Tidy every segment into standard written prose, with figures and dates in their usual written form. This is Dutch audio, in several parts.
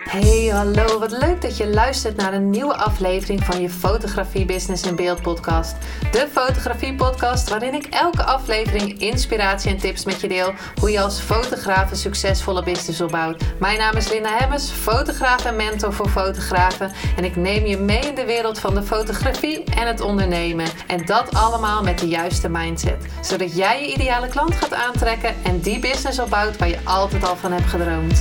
Hey, hallo. Wat leuk dat je luistert naar een nieuwe aflevering van je Fotografie Business in Beeld podcast. De fotografie podcast waarin ik elke aflevering inspiratie en tips met je deel hoe je als fotograaf een succesvolle business opbouwt. Mijn naam is Linda Hemmers, fotograaf en mentor voor fotografen. En ik neem je mee in de wereld van de fotografie en het ondernemen. En dat allemaal met de juiste mindset. Zodat jij je ideale klant gaat aantrekken en die business opbouwt waar je altijd al van hebt gedroomd.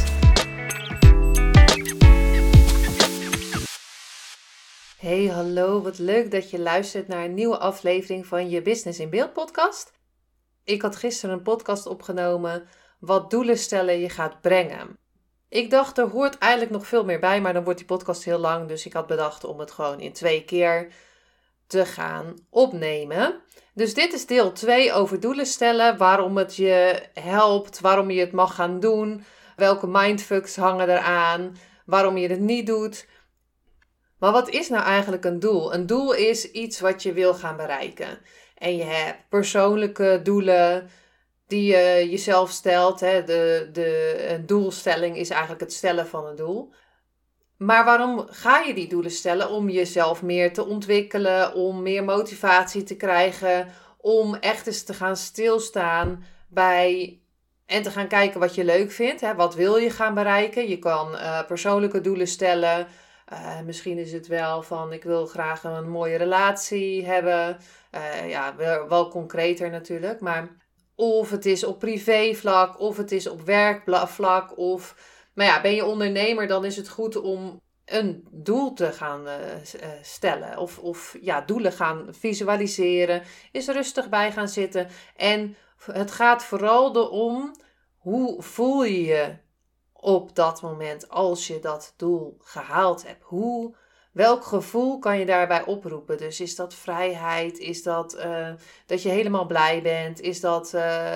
Hey, hallo. Wat leuk dat je luistert naar een nieuwe aflevering van je Business in Beeld podcast. Ik had gisteren een podcast opgenomen, wat doelen stellen je gaat brengen. Ik dacht, er hoort eigenlijk nog veel meer bij, maar dan wordt die podcast heel lang. Dus ik had bedacht om het gewoon in 2 keer te gaan opnemen. Dus dit is deel 2 over doelen stellen, waarom het je helpt, waarom je het mag gaan doen, welke mindfucks hangen eraan, waarom je het niet doet. Maar wat is nou eigenlijk een doel? Een doel is iets wat je wil gaan bereiken. En je hebt persoonlijke doelen die je jezelf stelt. Een doelstelling is eigenlijk het stellen van een doel. Maar waarom ga je die doelen stellen? Om jezelf meer te ontwikkelen, om meer motivatie te krijgen, om echt eens te gaan stilstaan bij en te gaan kijken wat je leuk vindt. Wat wil je gaan bereiken? Je kan persoonlijke doelen stellen. Misschien is het wel van ik wil graag een mooie relatie hebben. Wel concreter natuurlijk. Maar of het is op privévlak of het is op werkvlak. Maar ben je ondernemer, dan is het goed om een doel te gaan stellen. Of doelen gaan visualiseren. Is rustig bij gaan zitten. En het gaat vooral erom, hoe voel je je op dat moment als je dat doel gehaald hebt? Welk gevoel kan je daarbij oproepen? Dus is dat vrijheid? Is dat dat je helemaal blij bent? Is dat,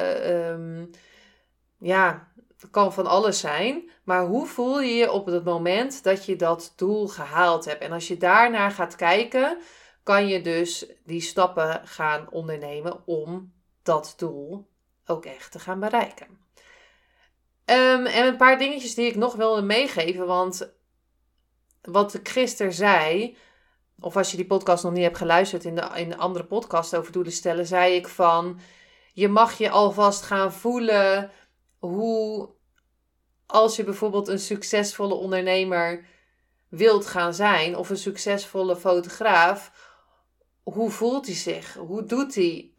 het kan van alles zijn. Maar hoe voel je je op het moment dat je dat doel gehaald hebt? En als je daarnaar gaat kijken, kan je dus die stappen gaan ondernemen om dat doel ook echt te gaan bereiken. En een paar dingetjes die ik nog wilde meegeven, want wat ik gisteren zei, of als je die podcast nog niet hebt geluisterd in de andere podcast over doelen stellen, zei ik van, je mag je alvast gaan voelen hoe, als je bijvoorbeeld een succesvolle ondernemer wilt gaan zijn, of een succesvolle fotograaf, hoe voelt hij zich? Hoe doet hij?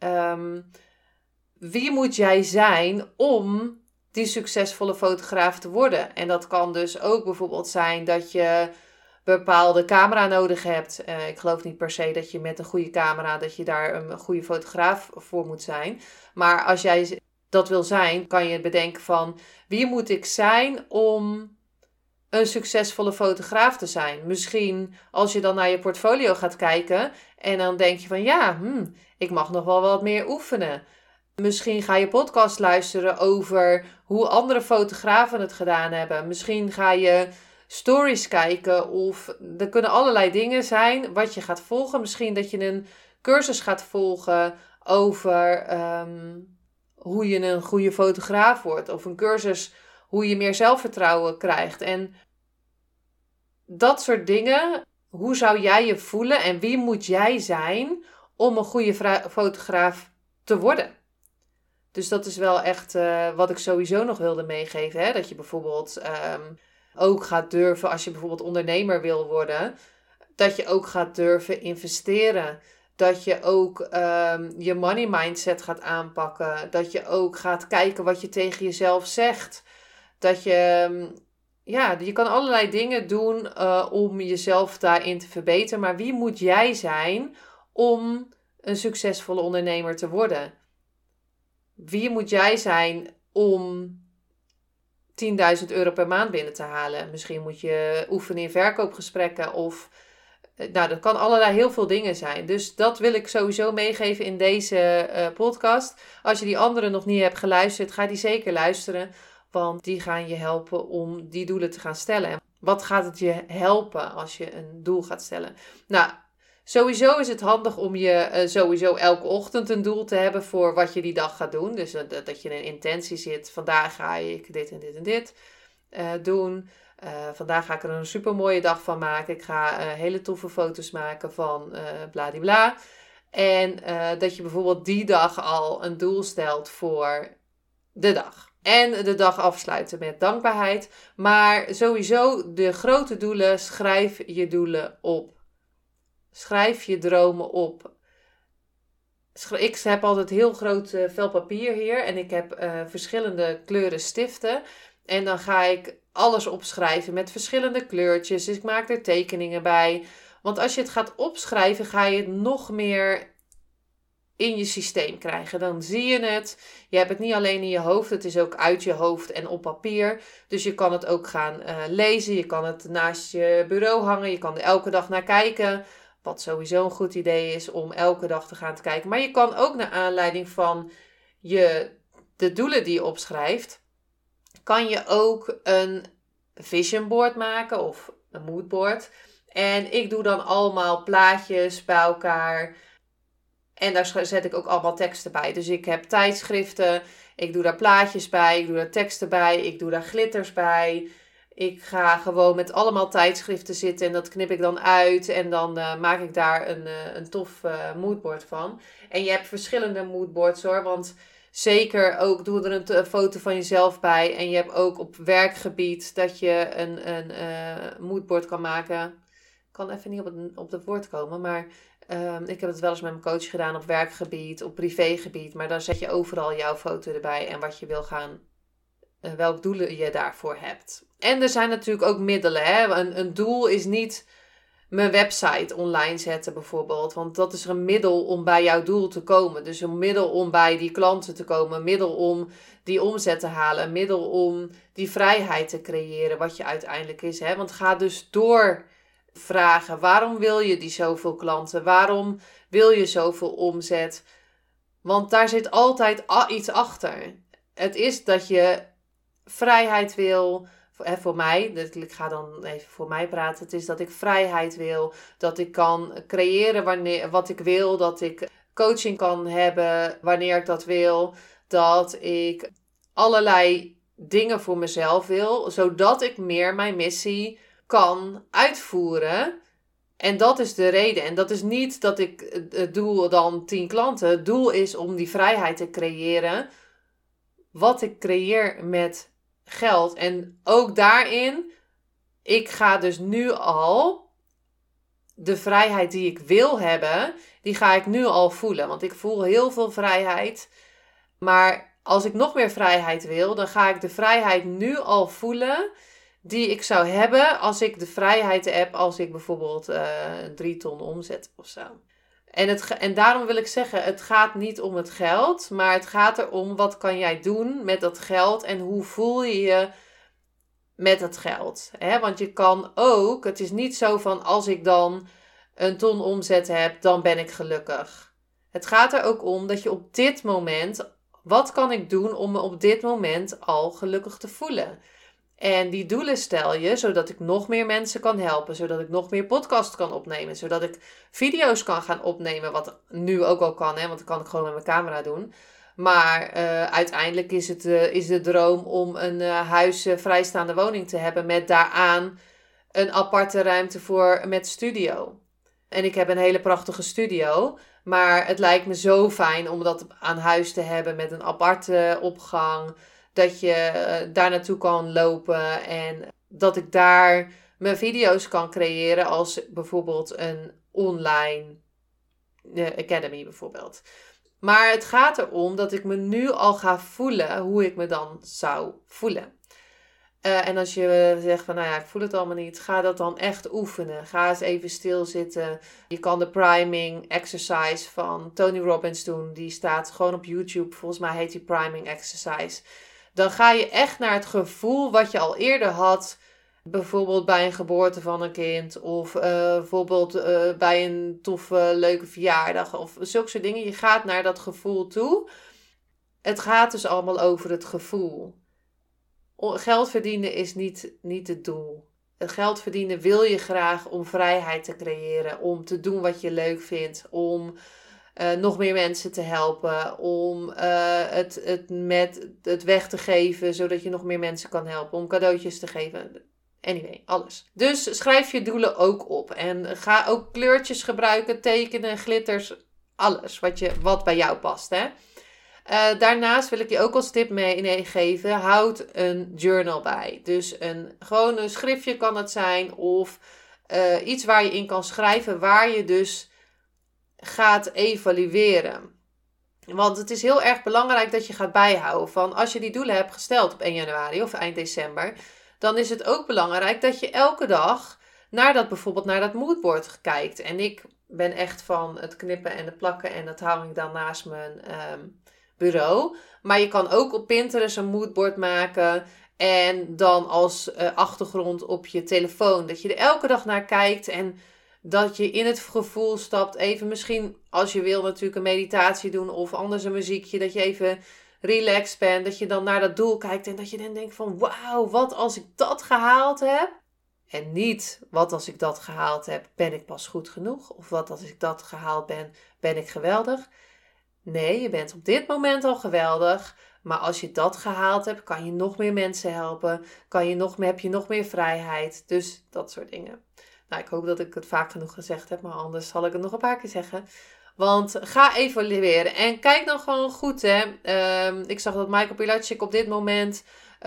Wie moet jij zijn om die succesvolle fotograaf te worden? En dat kan dus ook bijvoorbeeld zijn dat je bepaalde camera nodig hebt. Ik geloof niet per se dat je met een goede camera, dat je daar een goede fotograaf voor moet zijn. Maar als jij dat wil zijn, kan je bedenken van, wie moet ik zijn om een succesvolle fotograaf te zijn? Misschien als je dan naar je portfolio gaat kijken en dan denk je van, ik mag nog wel wat meer oefenen. Misschien ga je podcast luisteren over hoe andere fotografen het gedaan hebben. Misschien ga je stories kijken of er kunnen allerlei dingen zijn wat je gaat volgen. Misschien dat je een cursus gaat volgen over hoe je een goede fotograaf wordt. Of een cursus hoe je meer zelfvertrouwen krijgt. En dat soort dingen, hoe zou jij je voelen en wie moet jij zijn om een goede fotograaf te worden? Dus dat is wel echt wat ik sowieso nog wilde meegeven. Hè? Dat je bijvoorbeeld ook gaat durven, als je bijvoorbeeld ondernemer wil worden, dat je ook gaat durven investeren. Dat je ook je money mindset gaat aanpakken. Dat je ook gaat kijken wat je tegen jezelf zegt. Dat je kan allerlei dingen doen om jezelf daarin te verbeteren. Maar wie moet jij zijn om een succesvolle ondernemer te worden? Wie moet jij zijn om 10.000 euro per maand binnen te halen? Misschien moet je oefenen in verkoopgesprekken of dat kan heel veel dingen zijn. Dus dat wil ik sowieso meegeven in deze podcast. Als je die andere nog niet hebt geluisterd, ga die zeker luisteren. Want die gaan je helpen om die doelen te gaan stellen. Wat gaat het je helpen als je een doel gaat stellen? Sowieso is het handig om je sowieso elke ochtend een doel te hebben voor wat je die dag gaat doen. Dus dat je een intentie zit. Vandaag ga ik dit en dit en dit doen. Vandaag ga ik er een super mooie dag van maken. Ik ga hele toffe foto's maken van bladibla. En dat je bijvoorbeeld die dag al een doel stelt voor de dag. En de dag afsluiten met dankbaarheid. Maar sowieso de grote doelen, schrijf je doelen op. Schrijf je dromen op. Ik heb altijd heel groot vel papier hier. En ik heb verschillende kleuren stiften. En dan ga ik alles opschrijven met verschillende kleurtjes. Dus ik maak er tekeningen bij. Want als je het gaat opschrijven, ga je het nog meer in je systeem krijgen. Dan zie je het. Je hebt het niet alleen in je hoofd. Het is ook uit je hoofd en op papier. Dus je kan het ook gaan lezen. Je kan het naast je bureau hangen. Je kan er elke dag naar kijken. Wat sowieso een goed idee is om elke dag te gaan kijken. Maar je kan ook naar aanleiding van de doelen die je opschrijft, kan je ook een vision board maken of een moodboard. En ik doe dan allemaal plaatjes bij elkaar. En daar zet ik ook allemaal teksten bij. Dus ik heb tijdschriften. Ik doe daar plaatjes bij. Ik doe daar teksten bij. Ik doe daar glitters bij. Ik ga gewoon met allemaal tijdschriften zitten. En dat knip ik dan uit. En dan maak ik daar een tof moodboard van. En je hebt verschillende moodboards hoor. Want zeker ook doe er een foto van jezelf bij. En je hebt ook op werkgebied dat je een moodboard kan maken. Ik kan even niet op het woord komen. Maar ik heb het wel eens met mijn coach gedaan op werkgebied, op privégebied. Maar dan zet je overal jouw foto erbij en wat je wil gaan, welk doelen je daarvoor hebt. En er zijn natuurlijk ook middelen. Hè? Een doel is niet mijn website online zetten bijvoorbeeld. Want dat is een middel om bij jouw doel te komen. Dus een middel om bij die klanten te komen. Een middel om die omzet te halen. Een middel om die vrijheid te creëren. Wat je uiteindelijk is. Hè? Want ga dus door vragen. Waarom wil je die zoveel klanten? Waarom wil je zoveel omzet? Want daar zit altijd iets achter. Het is dat je vrijheid wil. Voor mij, ik ga dan even voor mij praten. Het is dat ik vrijheid wil. Dat ik kan creëren wat ik wil. Dat ik coaching kan hebben wanneer ik dat wil. Dat ik allerlei dingen voor mezelf wil. Zodat ik meer mijn missie kan uitvoeren. En dat is de reden. En dat is niet dat ik het doel dan 10 klanten. Het doel is om die vrijheid te creëren. Wat ik creëer met geld. En ook daarin, ik ga dus nu al de vrijheid die ik wil hebben, die ga ik nu al voelen. Want ik voel heel veel vrijheid. Maar als ik nog meer vrijheid wil, dan ga ik de vrijheid nu al voelen die ik zou hebben als ik de vrijheid heb als ik bijvoorbeeld 3 ton omzet of zo. En daarom wil ik zeggen, het gaat niet om het geld, maar het gaat erom wat kan jij doen met dat geld en hoe voel je je met het geld. Want je kan ook, het is niet zo van als ik dan 1 ton omzet heb, dan ben ik gelukkig. Het gaat er ook om dat je op dit moment, wat kan ik doen om me op dit moment al gelukkig te voelen? En die doelen stel je, zodat ik nog meer mensen kan helpen. Zodat ik nog meer podcasts kan opnemen. Zodat ik video's kan gaan opnemen. Wat nu ook al kan, want dat kan ik gewoon met mijn camera doen. Maar uiteindelijk is de droom om een vrijstaande woning te hebben. Met daaraan een aparte ruimte met studio. En ik heb een hele prachtige studio. Maar het lijkt me zo fijn om dat aan huis te hebben met een aparte opgang. Dat je daar naartoe kan lopen en dat ik daar mijn video's kan creëren als bijvoorbeeld een online academy bijvoorbeeld. Maar het gaat erom dat ik me nu al ga voelen hoe ik me dan zou voelen. En als je zegt van ik voel het allemaal niet, ga dat dan echt oefenen. Ga eens even stilzitten. Je kan de priming exercise van Tony Robbins doen. Die staat gewoon op YouTube. Volgens mij heet die priming exercise. Dan ga je echt naar het gevoel wat je al eerder had. Bijvoorbeeld bij een geboorte van een kind. Of bijvoorbeeld bij een toffe, leuke verjaardag. Of zulke soort dingen. Je gaat naar dat gevoel toe. Het gaat dus allemaal over het gevoel. Geld verdienen is niet het doel. Het geld verdienen wil je graag om vrijheid te creëren. Om te doen wat je leuk vindt. Om nog meer mensen te helpen. Om het weg te geven. Zodat je nog meer mensen kan helpen. Om cadeautjes te geven. Anyway, alles. Dus schrijf je doelen ook op. En ga ook kleurtjes gebruiken, tekenen, glitters, alles wat bij jou past, hè. Daarnaast wil ik je ook als tip meegeven, houd een journal bij. Dus gewoon een schriftje kan het zijn of iets waar je in kan schrijven waar je dus gaat evalueren. Want het is heel erg belangrijk dat je gaat bijhouden van als je die doelen hebt gesteld op 1 januari of eind december, dan is het ook belangrijk dat je elke dag bijvoorbeeld naar dat moodboard kijkt. En ik ben echt van het knippen en het plakken en dat hou ik dan naast mijn bureau. Maar je kan ook op Pinterest een moodboard maken en dan als achtergrond op je telefoon. Dat je er elke dag naar kijkt en dat je in het gevoel stapt. Even misschien als je wil natuurlijk een meditatie doen of anders een muziekje. Dat je even relaxed bent. Dat je dan naar dat doel kijkt en dat je dan denkt van wauw, wat als ik dat gehaald heb. En niet wat als ik dat gehaald heb, ben ik pas goed genoeg. Of wat als ik dat gehaald ben ik geweldig. Nee, je bent op dit moment al geweldig. Maar als je dat gehaald hebt, kan je nog meer mensen helpen. Heb je nog meer vrijheid. Dus dat soort dingen. Nou, ik hoop dat ik het vaak genoeg gezegd heb. Maar anders zal ik het nog een paar keer zeggen. Want ga evalueren. En kijk dan gewoon goed. Hè. Ik zag dat Michael Pilatschik op dit moment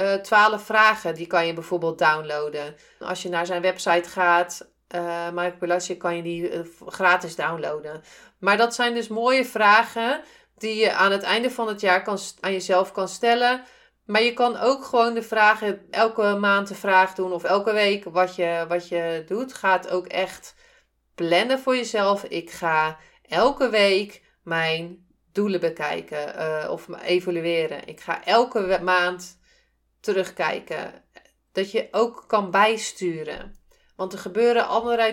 12 vragen. Die kan je bijvoorbeeld downloaden. Als je naar zijn website gaat. Michael Pilatschik kan je die gratis downloaden. Maar dat zijn dus mooie vragen die je aan het einde van het jaar aan jezelf kan stellen. Maar je kan ook gewoon de vragen elke maand de vraag doen of elke week wat je doet. Ga het ook echt plannen voor jezelf. Ik ga elke week mijn doelen bekijken of evalueren. Ik ga elke maand terugkijken. Dat je ook kan bijsturen. Want er gebeuren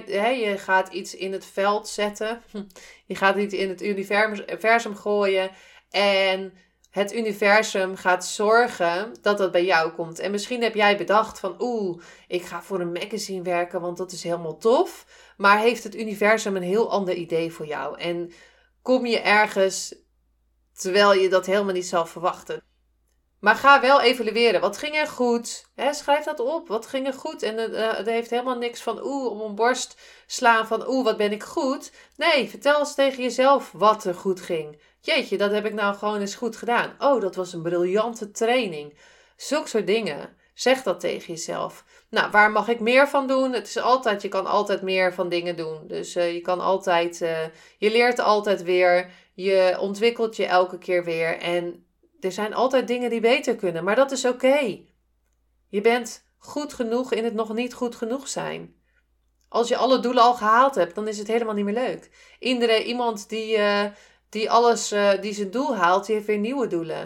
je gaat iets in het veld zetten. Je gaat iets in het universum gooien. En het universum gaat zorgen dat dat bij jou komt. En misschien heb jij bedacht van ik ga voor een magazine werken, want dat is helemaal tof. Maar heeft het universum een heel ander idee voor jou. En kom je ergens terwijl je dat helemaal niet zou verwachten. Maar ga wel evalueren. Wat ging er goed? Schrijf dat op. Wat ging er goed? En het heeft helemaal niks van om een borst slaan van wat ben ik goed. Nee, vertel eens tegen jezelf wat er goed ging. Jeetje, dat heb ik nou gewoon eens goed gedaan. Dat was een briljante training. Zulke soort dingen. Zeg dat tegen jezelf. Nou, waar mag ik meer van doen? Je kan altijd meer van dingen doen. Dus je kan altijd, je leert altijd weer. Je ontwikkelt je elke keer weer. En er zijn altijd dingen die beter kunnen, maar dat is oké. Je bent goed genoeg in het nog niet goed genoeg zijn. Als je alle doelen al gehaald hebt, dan is het helemaal niet meer leuk. Iemand die zijn doel haalt, die heeft weer nieuwe doelen.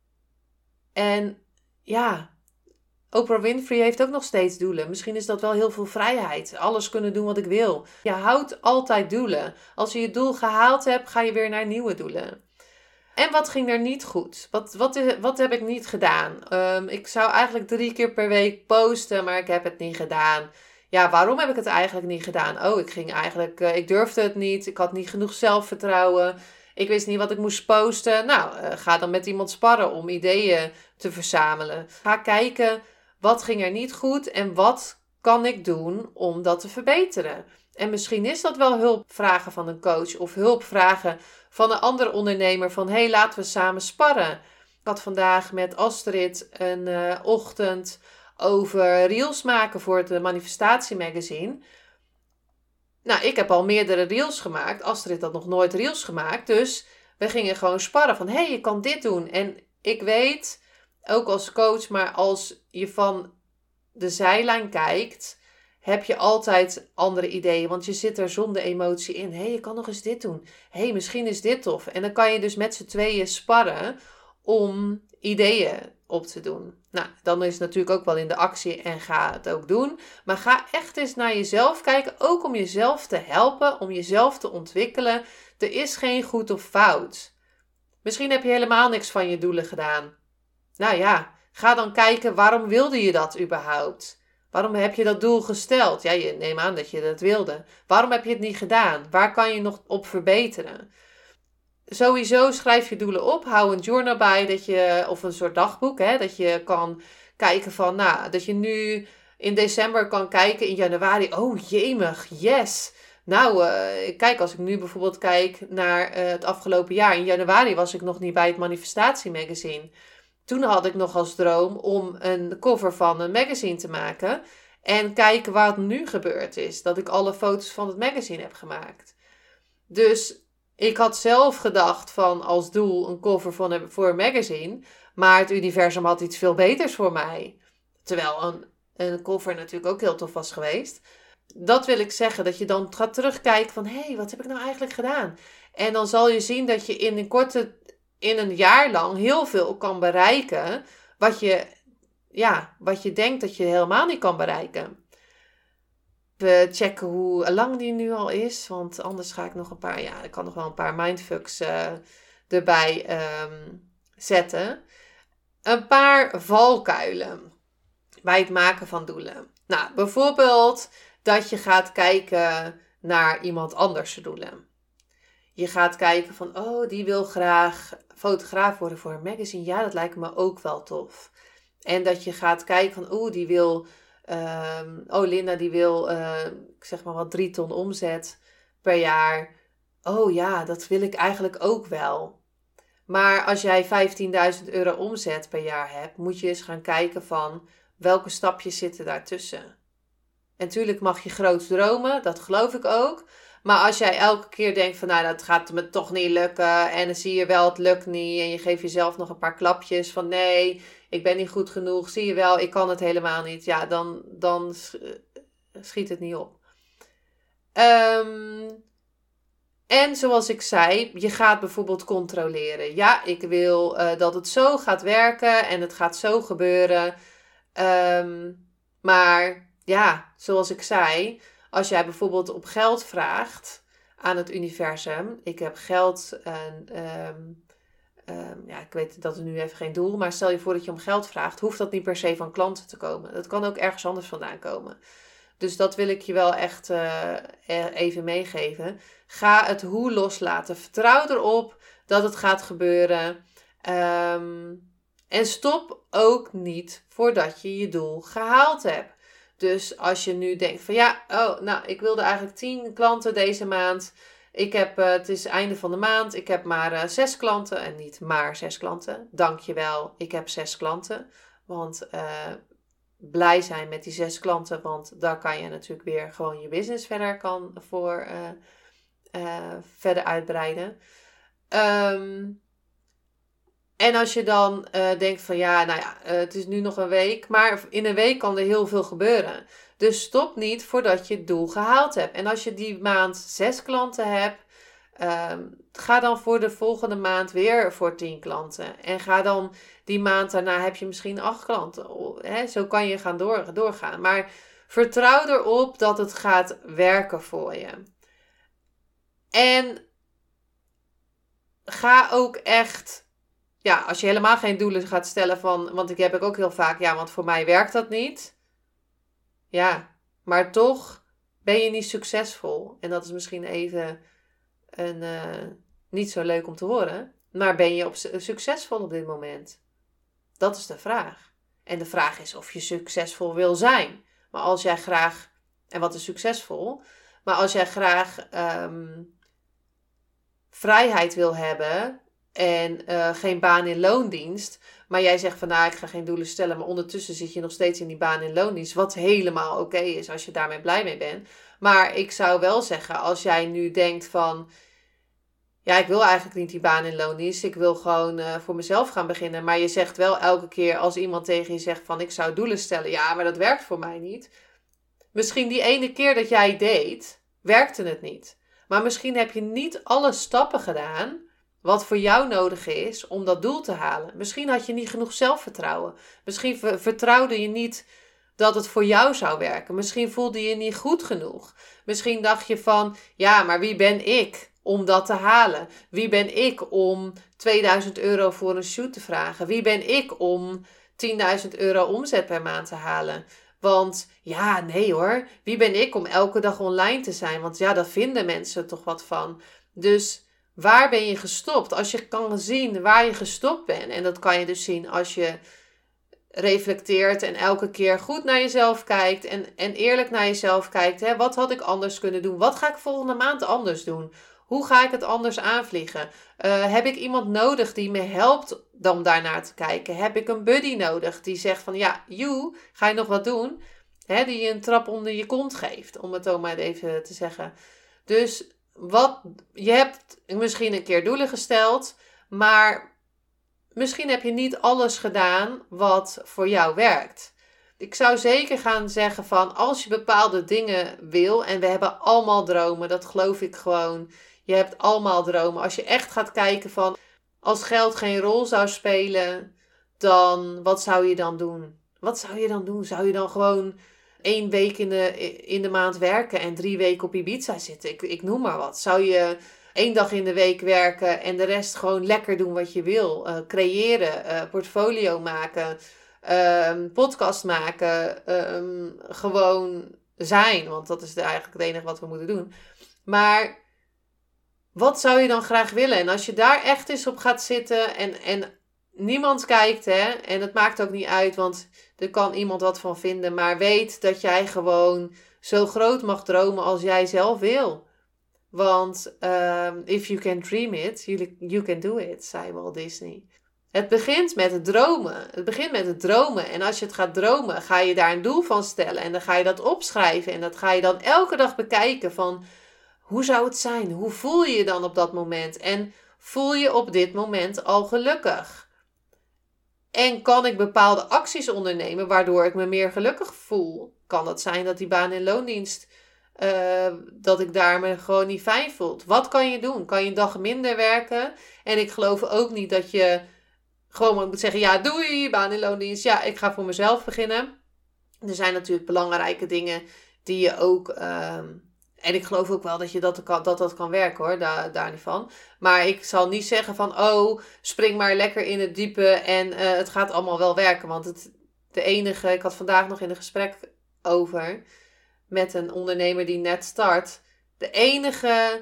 En ja, Oprah Winfrey heeft ook nog steeds doelen. Misschien is dat wel heel veel vrijheid. Alles kunnen doen wat ik wil. Je houdt altijd doelen. Als je je doel gehaald hebt, ga je weer naar nieuwe doelen. En wat ging er niet goed? Wat heb ik niet gedaan? Ik zou eigenlijk 3 keer per week posten, maar ik heb het niet gedaan. Ja, waarom heb ik het eigenlijk niet gedaan? Ik durfde het niet. Ik had niet genoeg zelfvertrouwen. Ik wist niet wat ik moest posten. Nou, ga dan met iemand sparren om ideeën te verzamelen. Ga kijken, wat ging er niet goed en wat kan ik doen om dat te verbeteren? En misschien is dat wel hulp vragen van een coach of hulp vragen van een andere ondernemer van laten we samen sparren. Ik had vandaag met Astrid een ochtend over reels maken voor het manifestatiemagazine. Nou, ik heb al meerdere reels gemaakt. Astrid had nog nooit reels gemaakt. Dus we gingen gewoon sparren van je kan dit doen. En ik weet, ook als coach, maar als je van de zijlijn kijkt, heb je altijd andere ideeën. Want je zit er zonder emotie in. Je kan nog eens dit doen. Misschien is dit tof. En dan kan je dus met z'n tweeën sparren om ideeën op te doen. Nou, dan is het natuurlijk ook wel in de actie en ga het ook doen. Maar ga echt eens naar jezelf kijken. Ook om jezelf te helpen, om jezelf te ontwikkelen. Er is geen goed of fout. Misschien heb je helemaal niks van je doelen gedaan. Nou ja, ga dan kijken, waarom wilde je dat überhaupt? Waarom heb je dat doel gesteld? Ja, je neemt aan dat je dat wilde. Waarom heb je het niet gedaan? Waar kan je nog op verbeteren? Sowieso schrijf je doelen op. Hou een journal bij of een soort dagboek. Dat je kan kijken van, dat je nu in december kan kijken, in januari, oh jemig, yes. Nou, kijk, als ik nu bijvoorbeeld kijk naar het afgelopen jaar. In januari was ik nog niet bij het Manifestatie Magazine. Toen had ik nog als droom om een cover van een magazine te maken. En kijken wat nu gebeurd is. Dat ik alle foto's van het magazine heb gemaakt. Dus ik had zelf gedacht van als doel een cover voor een magazine. Maar het universum had iets veel beters voor mij. Terwijl een cover natuurlijk ook heel tof was geweest. Dat wil ik zeggen, dat je dan gaat terugkijken van hé, wat heb ik nou eigenlijk gedaan? En dan zal je zien dat je in een jaar lang heel veel kan bereiken. Wat je denkt dat je helemaal niet kan bereiken. We checken hoe lang die nu al is. Want anders ga ik nog ik kan nog wel een paar mindfucks erbij zetten. Een paar valkuilen bij het maken van doelen. Nou, bijvoorbeeld dat je gaat kijken naar iemand anders doelen. Je gaat kijken van, oh, die wil graag fotograaf worden voor een magazine. Ja, dat lijkt me ook wel tof. En dat je gaat kijken van, oh, die wil... Linda die wil, ik zeg maar wat 3 ton omzet per jaar. Oh ja, dat wil ik eigenlijk ook wel. Maar als jij 15.000 euro omzet per jaar hebt, moet je eens gaan kijken van welke stapjes zitten daartussen. En natuurlijk mag je groots dromen, dat geloof ik ook. Maar als jij elke keer denkt van nou, dat gaat me toch niet lukken. En dan zie je wel, het lukt niet. En je geeft jezelf nog een paar klapjes van nee, ik ben niet goed genoeg. Zie je wel, ik kan het helemaal niet. Ja, dan schiet het niet op. En zoals ik zei, je gaat bijvoorbeeld controleren. Ja, ik wil dat het zo gaat werken en het gaat zo gebeuren. Maar ja, zoals ik zei, als jij bijvoorbeeld op geld vraagt aan het universum. Ik heb geld en ik weet dat is nu even geen doel. Maar stel je voor dat je om geld vraagt, hoeft dat niet per se van klanten te komen. Dat kan ook ergens anders vandaan komen. Dus dat wil ik je wel echt even meegeven. Ga het hoe loslaten. Vertrouw erop dat het gaat gebeuren. En stop ook niet voordat je je doel gehaald hebt. Dus als je nu denkt van ik wilde eigenlijk 10 klanten deze maand. Het is einde van de maand. Ik heb maar 6 klanten. En niet maar 6 klanten. Dankjewel, ik heb 6 klanten. Want blij zijn met die 6 klanten. Want daar kan je natuurlijk weer gewoon je business verder uitbreiden. En als je dan denkt van het is nu nog een week. Maar in een week kan er heel veel gebeuren. Dus stop niet voordat je het doel gehaald hebt. En als je die maand 6 klanten hebt. Ga dan voor de volgende maand weer voor 10 klanten. En ga dan die maand daarna heb je misschien 8 klanten. Zo kan je gaan doorgaan. Maar vertrouw erop dat het gaat werken voor je. En ga ook echt... Ja, als je helemaal geen doelen gaat stellen van... Want ik heb ook heel vaak... Ja, want voor mij werkt dat niet. Ja, maar toch ben je niet succesvol. En dat is misschien even niet zo leuk om te horen. Maar ben je succesvol op dit moment? Dat is de vraag. En de vraag is of je succesvol wil zijn. Maar als jij graag... En wat is succesvol? Maar als jij graag vrijheid wil hebben... En geen baan in loondienst. Maar jij zegt van ik ga geen doelen stellen. Maar ondertussen zit je nog steeds in die baan in loondienst. Wat helemaal oké is als je daarmee blij mee bent. Maar ik zou wel zeggen, als jij nu denkt van... Ja, ik wil eigenlijk niet die baan in loondienst. Ik wil gewoon voor mezelf gaan beginnen. Maar je zegt wel elke keer als iemand tegen je zegt van... Ik zou doelen stellen. Ja, maar dat werkt voor mij niet. Misschien die ene keer dat jij deed, werkte het niet. Maar misschien heb je niet alle stappen gedaan... Wat voor jou nodig is om dat doel te halen. Misschien had je niet genoeg zelfvertrouwen. Misschien vertrouwde je niet dat het voor jou zou werken. Misschien voelde je je niet goed genoeg. Misschien dacht je van, ja, maar wie ben ik om dat te halen? Wie ben ik om 2000 euro voor een shoot te vragen? Wie ben ik om 10.000 euro omzet per maand te halen? Want ja, nee hoor. Wie ben ik om elke dag online te zijn? Want ja, daar vinden mensen toch wat van. Dus... Waar ben je gestopt? Als je kan zien waar je gestopt bent. En dat kan je dus zien als je reflecteert en elke keer goed naar jezelf kijkt en eerlijk naar jezelf kijkt. Hè? Wat had ik anders kunnen doen? Wat ga ik volgende maand anders doen? Hoe ga ik het anders aanvliegen? Heb ik iemand nodig die me helpt om daarnaar te kijken? Heb ik een buddy nodig die zegt van ja, ga je nog wat doen? Hè, die je een trap onder je kont geeft, om het zo maar even te zeggen. Dus je hebt misschien een keer doelen gesteld, maar misschien heb je niet alles gedaan wat voor jou werkt. Ik zou zeker gaan zeggen van als je bepaalde dingen wil, en we hebben allemaal dromen, dat geloof ik gewoon. Je hebt allemaal dromen. Als je echt gaat kijken van als geld geen rol zou spelen, dan wat zou je dan doen? Wat zou je dan doen? Zou je dan gewoon 1 week in de maand werken en 3 weken op Ibiza zitten? Ik noem maar wat. Zou je 1 dag in de week werken en de rest gewoon lekker doen wat je wil? Creëren, portfolio maken, podcast maken, gewoon zijn. Want dat is eigenlijk het enige wat we moeten doen. Maar wat zou je dan graag willen? En als je daar echt eens op gaat zitten en niemand kijkt, hè, en het maakt ook niet uit, want er kan iemand wat van vinden, maar weet dat jij gewoon zo groot mag dromen als jij zelf wil. Want if you can dream it, you can do it, zei Walt Disney. Het begint met het dromen. En als je het gaat dromen, ga je daar een doel van stellen. En dan ga je dat opschrijven. En dat ga je dan elke dag bekijken van hoe zou het zijn? Hoe voel je je dan op dat moment? En voel je op dit moment al gelukkig? En kan ik bepaalde acties ondernemen waardoor ik me meer gelukkig voel? Kan het zijn dat die baan in loondienst, dat ik daar me gewoon niet fijn voel? Wat kan je doen? Kan je een dag minder werken? En ik geloof ook niet dat je gewoon maar moet zeggen, ja doei, baan in loondienst. Ja, ik ga voor mezelf beginnen. Er zijn natuurlijk belangrijke dingen die je ook en ik geloof ook wel dat je dat kan werken hoor, daar niet van. Maar ik zal niet zeggen van, spring maar lekker in het diepe en het gaat allemaal wel werken. Want ik had vandaag nog in een gesprek over met een ondernemer die net start. De enige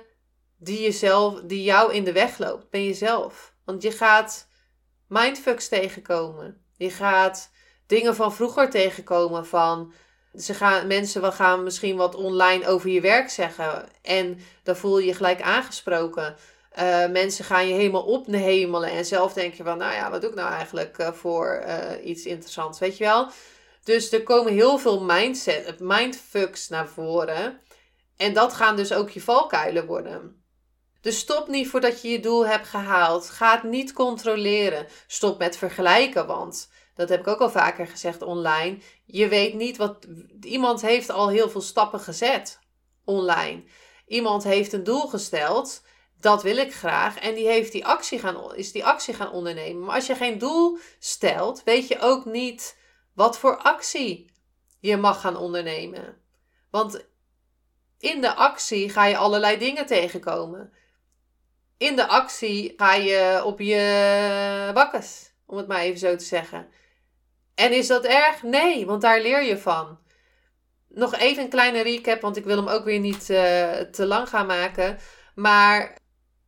die jou in de weg loopt, ben jezelf. Want je gaat mindfucks tegenkomen. Je gaat dingen van vroeger tegenkomen van mensen gaan misschien wat online over je werk zeggen. En dan voel je je gelijk aangesproken. Mensen gaan je helemaal ophemelen. En zelf denk je van, nou ja, wat doe ik nou eigenlijk voor iets interessants, weet je wel? Dus er komen heel veel mindfucks naar voren. En dat gaan dus ook je valkuilen worden. Dus stop niet voordat je je doel hebt gehaald. Ga het niet controleren. Stop met vergelijken, want dat heb ik ook al vaker gezegd online. Je weet niet wat. Iemand heeft al heel veel stappen gezet online. Iemand heeft een doel gesteld. Dat wil ik graag. En die heeft die actie gaan ondernemen. Maar als je geen doel stelt, weet je ook niet wat voor actie je mag gaan ondernemen. Want in de actie ga je allerlei dingen tegenkomen. In de actie ga je op je bakkes, om het maar even zo te zeggen. En is dat erg? Nee, want daar leer je van. Nog even een kleine recap, want ik wil hem ook weer niet te lang gaan maken. Maar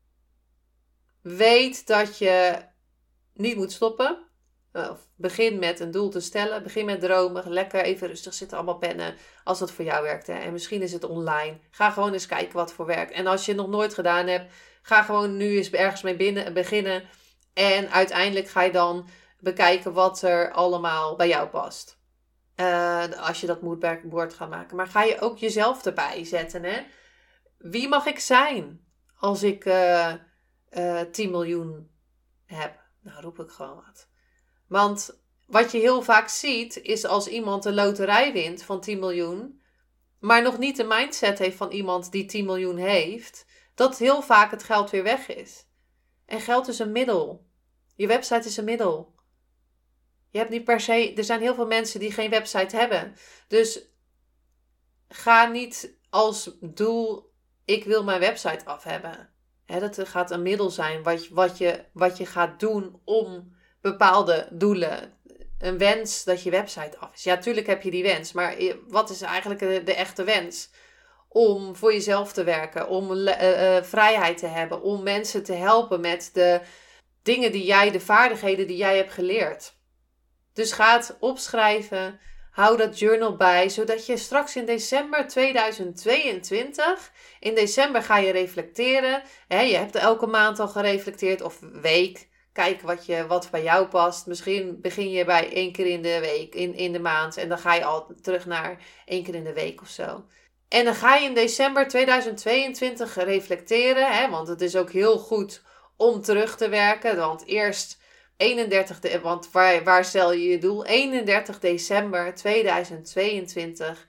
weet dat je niet moet stoppen. Begin met een doel te stellen. Begin met dromen. Lekker even rustig zitten, allemaal pennen. Als dat voor jou werkt. Hè. En misschien is het online. Ga gewoon eens kijken wat voor werkt. En als je het nog nooit gedaan hebt, ga gewoon nu eens ergens mee beginnen. En uiteindelijk ga je dan bekijken wat er allemaal bij jou past. Als je dat moodboard gaat maken. Maar ga je ook jezelf erbij zetten. Hè? Wie mag ik zijn als ik 10 miljoen heb? Nou, roep ik gewoon wat. Want wat je heel vaak ziet, is als iemand een loterij wint van 10 miljoen, maar nog niet de mindset heeft van iemand die 10 miljoen heeft, dat heel vaak het geld weer weg is. En geld is een middel. Je website is een middel. Je hebt niet per se, er zijn heel veel mensen die geen website hebben. Dus ga niet als doel, ik wil mijn website af hebben. Dat gaat een middel zijn wat je gaat doen om bepaalde doelen. Een wens dat je website af is. Ja, tuurlijk heb je die wens. Maar wat is eigenlijk de echte wens? Om voor jezelf te werken. Om vrijheid te hebben. Om mensen te helpen met de dingen de vaardigheden die jij hebt geleerd. Dus ga het opschrijven. Hou dat journal bij, zodat je straks in december 2022... In december ga je reflecteren. Je hebt elke maand al gereflecteerd of week. Kijk wat bij jou past. Misschien begin je bij 1 keer in de week, in de maand. En dan ga je al terug naar 1 keer in de week of zo. En dan ga je in december 2022 reflecteren. Want het is ook heel goed om terug te werken. Want eerst 31, want waar stel je je doel? 31 december 2022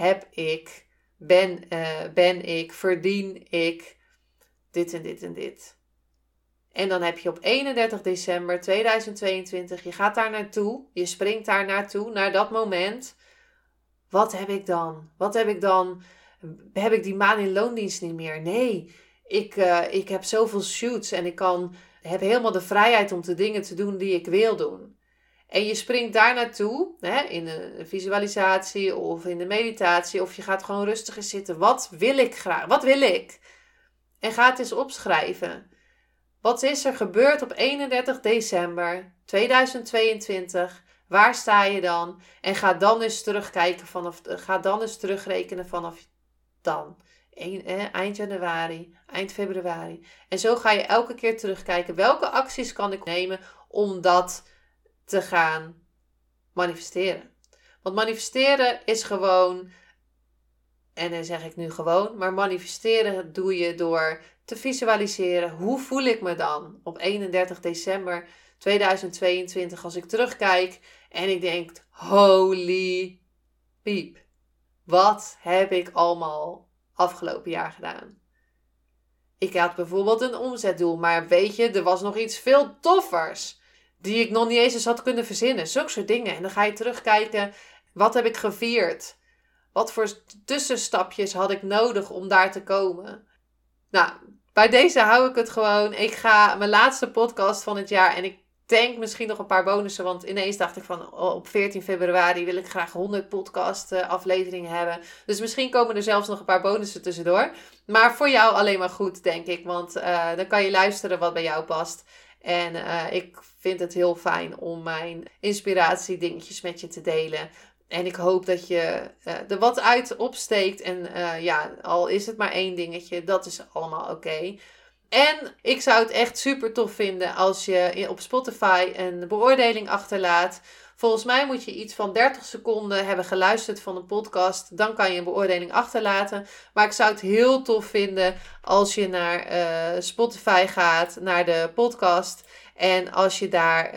verdien ik dit en dit en dit. En dan heb je op 31 december 2022, je gaat daar naartoe, je springt daar naartoe, naar dat moment. Wat heb ik dan? Heb ik die maan in loondienst niet meer? Nee, ik heb zoveel shoots en heb helemaal de vrijheid om de dingen te doen die ik wil doen. En je springt daar naartoe, in een visualisatie of in de meditatie, of je gaat gewoon rustiger zitten. Wat wil ik graag? Wat wil ik? En ga het eens opschrijven. Wat is er gebeurd op 31 december 2022? Waar sta je dan? En ga dan eens terugrekenen vanaf dan. Eind januari, eind februari. En zo ga je elke keer terugkijken. Welke acties kan ik nemen om dat te gaan manifesteren? Want manifesteren is gewoon, en dan zeg ik nu gewoon, maar manifesteren doe je door te visualiseren. Hoe voel ik me dan op 31 december 2022 als ik terugkijk en ik denk, holy piep, wat heb ik allemaal afgelopen jaar gedaan? Ik had bijvoorbeeld een omzetdoel, maar weet je, er was nog iets veel toffers die ik nog niet eens had kunnen verzinnen. Zulke soort dingen. En dan ga je terugkijken, wat heb ik gevierd? Wat voor tussenstapjes had ik nodig om daar te komen? Nou, bij deze hou ik het gewoon. Ik ga mijn laatste podcast van het jaar en ik denk misschien nog een paar bonussen. Want ineens dacht ik van op 14 februari wil ik graag 100 podcast afleveringen hebben. Dus misschien komen er zelfs nog een paar bonussen tussendoor. Maar voor jou alleen maar goed, denk ik. Want dan kan je luisteren wat bij jou past. En ik vind het heel fijn om mijn inspiratie dingetjes met je te delen. En ik hoop dat je er wat uit opsteekt. En al is het maar 1 dingetje, dat is allemaal oké. En ik zou het echt super tof vinden als je op Spotify een beoordeling achterlaat. Volgens mij moet je iets van 30 seconden hebben geluisterd van een podcast. Dan kan je een beoordeling achterlaten. Maar ik zou het heel tof vinden als je naar Spotify gaat, naar de podcast. En als je daar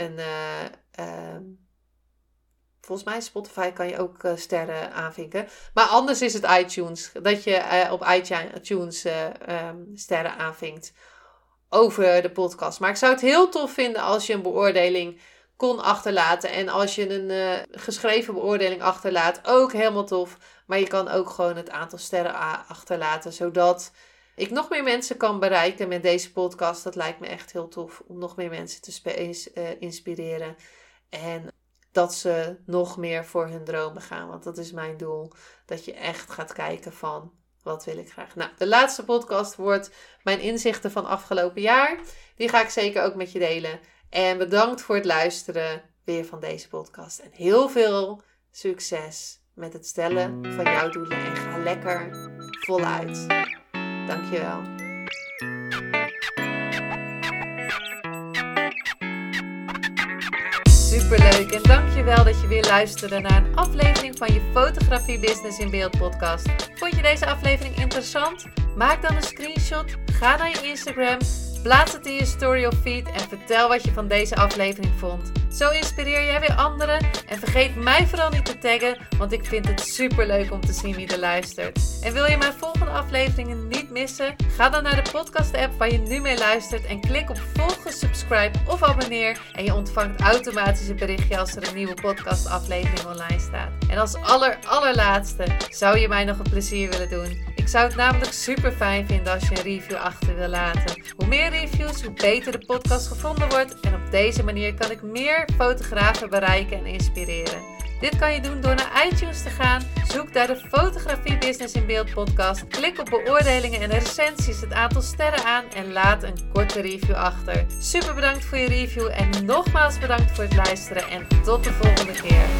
volgens mij Spotify kan je ook sterren aanvinken. Maar anders is het iTunes. Dat je op iTunes sterren aanvinkt over de podcast. Maar ik zou het heel tof vinden als je een beoordeling kon achterlaten. En als je een geschreven beoordeling achterlaat, ook helemaal tof. Maar je kan ook gewoon het aantal sterren achterlaten. Zodat ik nog meer mensen kan bereiken met deze podcast. Dat lijkt me echt heel tof om nog meer mensen te inspireren. En dat ze nog meer voor hun dromen gaan. Want dat is mijn doel. Dat je echt gaat kijken van, wat wil ik graag? Nou, de laatste podcast wordt mijn inzichten van afgelopen jaar. Die ga ik zeker ook met je delen. En bedankt voor het luisteren weer van deze podcast. En heel veel succes met het stellen van jouw doelen. En ga lekker voluit. Dankjewel. Superleuk en dankjewel dat je weer luisterde naar een aflevering van je Fotografie Business in Beeld podcast. Vond je deze aflevering interessant? Maak dan een screenshot, ga naar je Instagram, plaats het in je story of feed en vertel wat je van deze aflevering vond. Zo inspireer jij weer anderen en vergeet mij vooral niet te taggen, want ik vind het superleuk om te zien wie er luistert. En wil je mijn volgende afleveringen niet missen? Ga dan naar de podcast app waar je nu mee luistert en klik op volgen, subscribe of abonneer en je ontvangt automatisch een berichtje als er een nieuwe podcast aflevering online staat. En als allerlaatste zou je mij nog een plezier willen doen. Ik zou het namelijk super fijn vinden als je een review achter wil laten. Hoe meer reviews, hoe beter de podcast gevonden wordt en op deze manier kan ik meer fotografen bereiken en inspireren. Dit kan je doen door naar iTunes te gaan, zoek daar de Fotografie Business in Beeld podcast, klik op beoordelingen en recensies, het aantal sterren aan en laat een korte review achter. Super bedankt voor je review en nogmaals bedankt voor het luisteren en tot de volgende keer.